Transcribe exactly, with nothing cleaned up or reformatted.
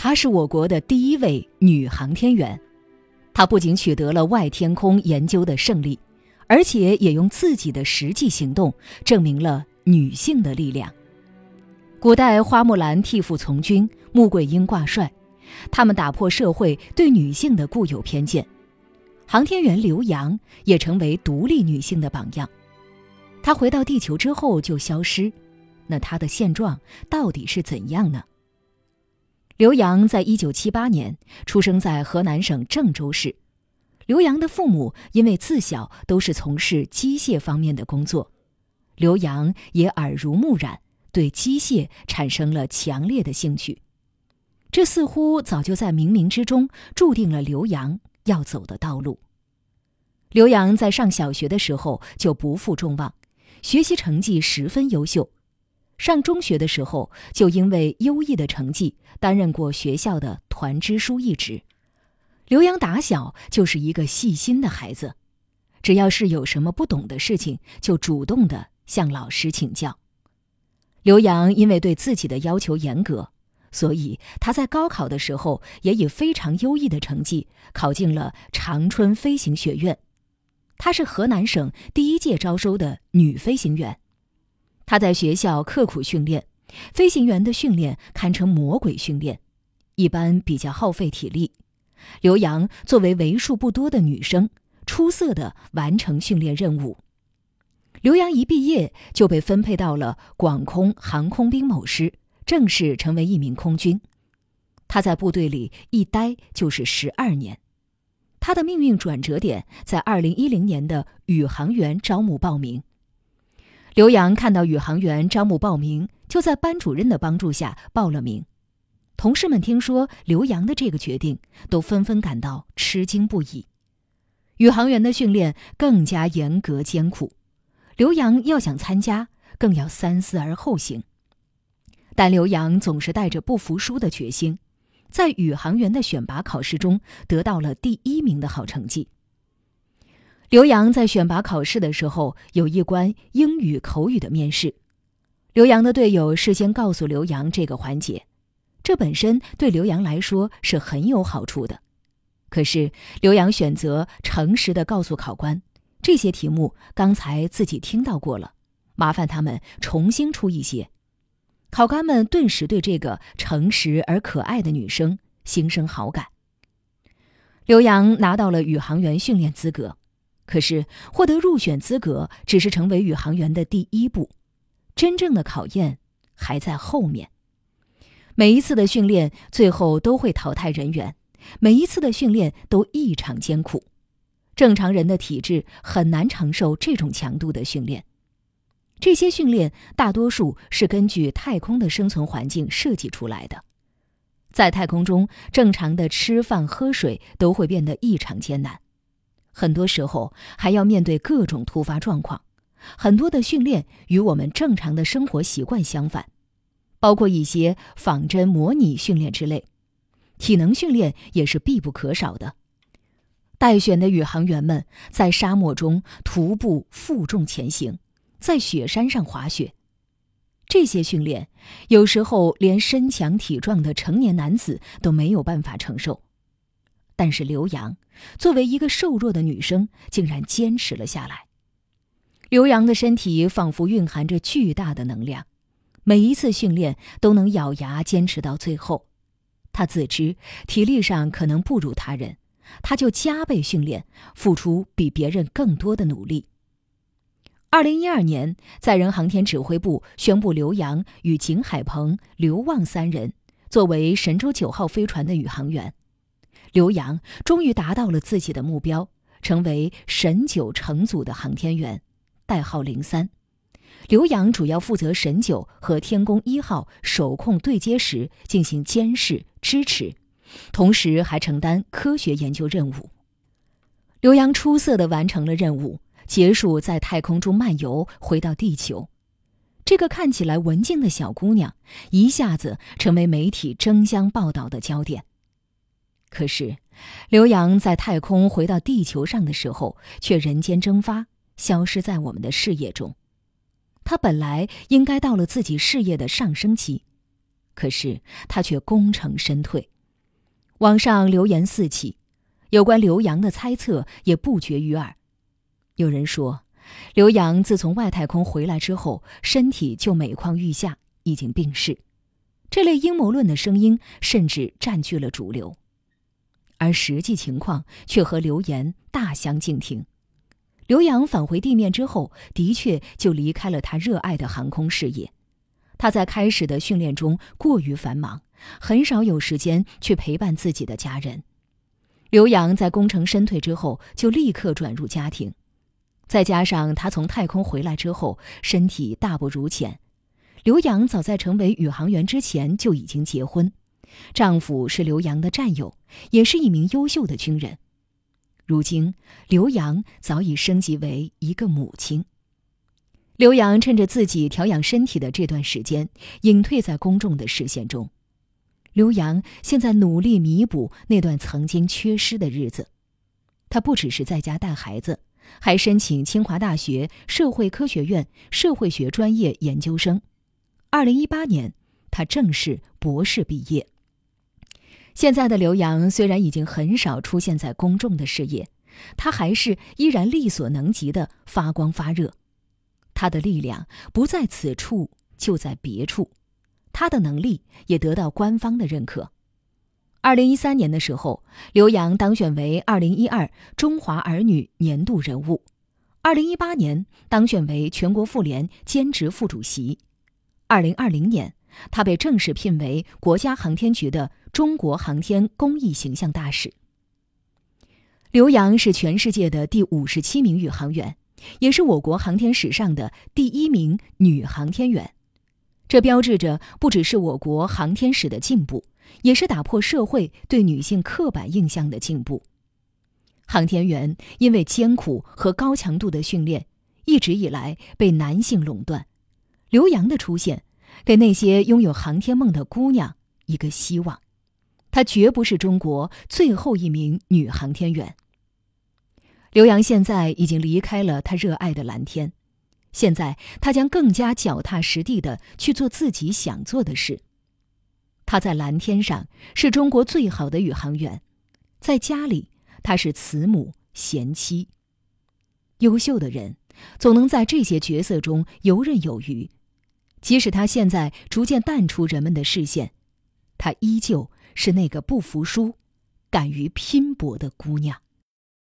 她是我国的第一位女航天员。她不仅取得了外天空研究的胜利，而且也用自己的实际行动证明了女性的力量。古代花木兰替父从军，穆桂英挂帅，他们打破社会对女性的固有偏见。航天员刘洋也成为独立女性的榜样。她回到地球之后就消失，那她的现状到底是怎样呢？刘洋在一九七八年出生在河南省郑州市。刘洋的父母因为自小都是从事机械方面的工作，刘洋也耳濡目染，对机械产生了强烈的兴趣。这似乎早就在冥冥之中注定了刘洋要走的道路。刘洋在上小学的时候就不负众望，学习成绩十分优秀。上中学的时候就因为优异的成绩担任过学校的团支书一职。刘洋打小就是一个细心的孩子，只要是有什么不懂的事情就主动地向老师请教。刘洋因为对自己的要求严格，所以他在高考的时候也以非常优异的成绩考进了长春飞行学院。她是河南省第一届招收的女飞行员。她在学校刻苦训练，飞行员的训练堪称魔鬼训练，一般比较耗费体力。刘洋作为为数不多的女生，出色地完成训练任务。刘洋一毕业就被分配到了广空航空兵某师，正式成为一名空军。他在部队里一待就是十二年。他的命运转折点在二零一零年的宇航员招募报名。刘洋看到宇航员招募报名，就在班主任的帮助下报了名。同事们听说刘洋的这个决定，都纷纷感到吃惊不已。宇航员的训练更加严格艰苦，刘洋要想参加，更要三思而后行。但刘洋总是带着不服输的决心，在宇航员的选拔考试中得到了第一名的好成绩。刘洋在选拔考试的时候，有一关英语口语的面试。刘洋的队友事先告诉刘洋这个环节，这本身对刘洋来说是很有好处的。可是刘洋选择诚实地告诉考官，这些题目刚才自己听到过了，麻烦他们重新出一些。考官们顿时对这个诚实而可爱的女生心生好感。刘洋拿到了宇航员训练资格，可是获得入选资格只是成为宇航员的第一步，真正的考验还在后面。每一次的训练最后都会淘汰人员，每一次的训练都异常艰苦，正常人的体质很难承受这种强度的训练。这些训练大多数是根据太空的生存环境设计出来的。在太空中，正常的吃饭喝水都会变得异常艰难，很多时候还要面对各种突发状况。很多的训练与我们正常的生活习惯相反，包括一些仿真模拟训练之类。体能训练也是必不可少的。待选的宇航员们在沙漠中徒步负重前行，在雪山上滑雪。这些训练有时候连身强体壮的成年男子都没有办法承受。但是刘洋作为一个瘦弱的女生，竟然坚持了下来。刘洋的身体仿佛蕴含着巨大的能量，每一次训练都能咬牙坚持到最后。他自知体力上可能不如他人，他就加倍训练，付出比别人更多的努力。二零一二年，载人航天指挥部宣布刘洋与景海鹏、刘旺三人作为神舟九号飞船的宇航员。刘洋终于达到了自己的目标，成为神九乘组的航天员，代号零三。刘洋主要负责神九和天宫一号手控对接时进行监视支持，同时还承担科学研究任务。刘洋出色地完成了任务，结束在太空中漫游，回到地球。这个看起来文静的小姑娘一下子成为媒体争相报道的焦点。可是刘洋在太空回到地球上的时候，却人间蒸发，消失在我们的视野中。他本来应该到了自己事业的上升期，可是他却功成身退， 网上流言四起，有关刘洋的猜测也不绝于耳。有人说，刘洋自从外太空回来之后，身体就每况愈下，已经病逝。这类阴谋论的声音甚至占据了主流，而实际情况却和流言大相径庭。刘洋返回地面之后，的确就离开了他热爱的航空事业。他在开始的训练中过于繁忙，很少有时间去陪伴自己的家人。刘洋在功成身退之后，就立刻转入家庭。再加上他从太空回来之后，身体大不如前。刘洋早在成为宇航员之前就已经结婚，丈夫是刘洋的战友，也是一名优秀的军人。如今，刘洋早已升级为一个母亲。刘洋趁着自己调养身体的这段时间，隐退在公众的视线中。刘洋现在努力弥补那段曾经缺失的日子。他不只是在家带孩子，还申请清华大学社会科学院社会学专业研究生。二零一八年，他正式博士毕业。现在的刘洋虽然已经很少出现在公众的视野，他还是依然力所能及的发光发热。他的力量不在此处，就在别处。他的能力也得到官方的认可。二零一三年的时候，刘洋当选为二零一二中华儿女年度人物。二零一八年当选为全国妇联兼职副主席。二零二零年，他被正式聘为国家航天局的中国航天公益形象大使。刘洋是全世界的第五十七名宇航员，也是我国航天史上的第一名女航天员。这标志着不只是我国航天史的进步，也是打破社会对女性刻板印象的进步。航天员因为艰苦和高强度的训练，一直以来被男性垄断。刘洋的出现，给那些拥有航天梦的姑娘一个希望。她绝不是中国最后一名女航天员。刘洋现在已经离开了他热爱的蓝天，现在他将更加脚踏实地地去做自己想做的事。他在蓝天上是中国最好的宇航员，在家里他是慈母贤妻。优秀的人总能在这些角色中游刃有余，即使他现在逐渐淡出人们的视线，他依旧是那个不服输、敢于拼搏的姑娘。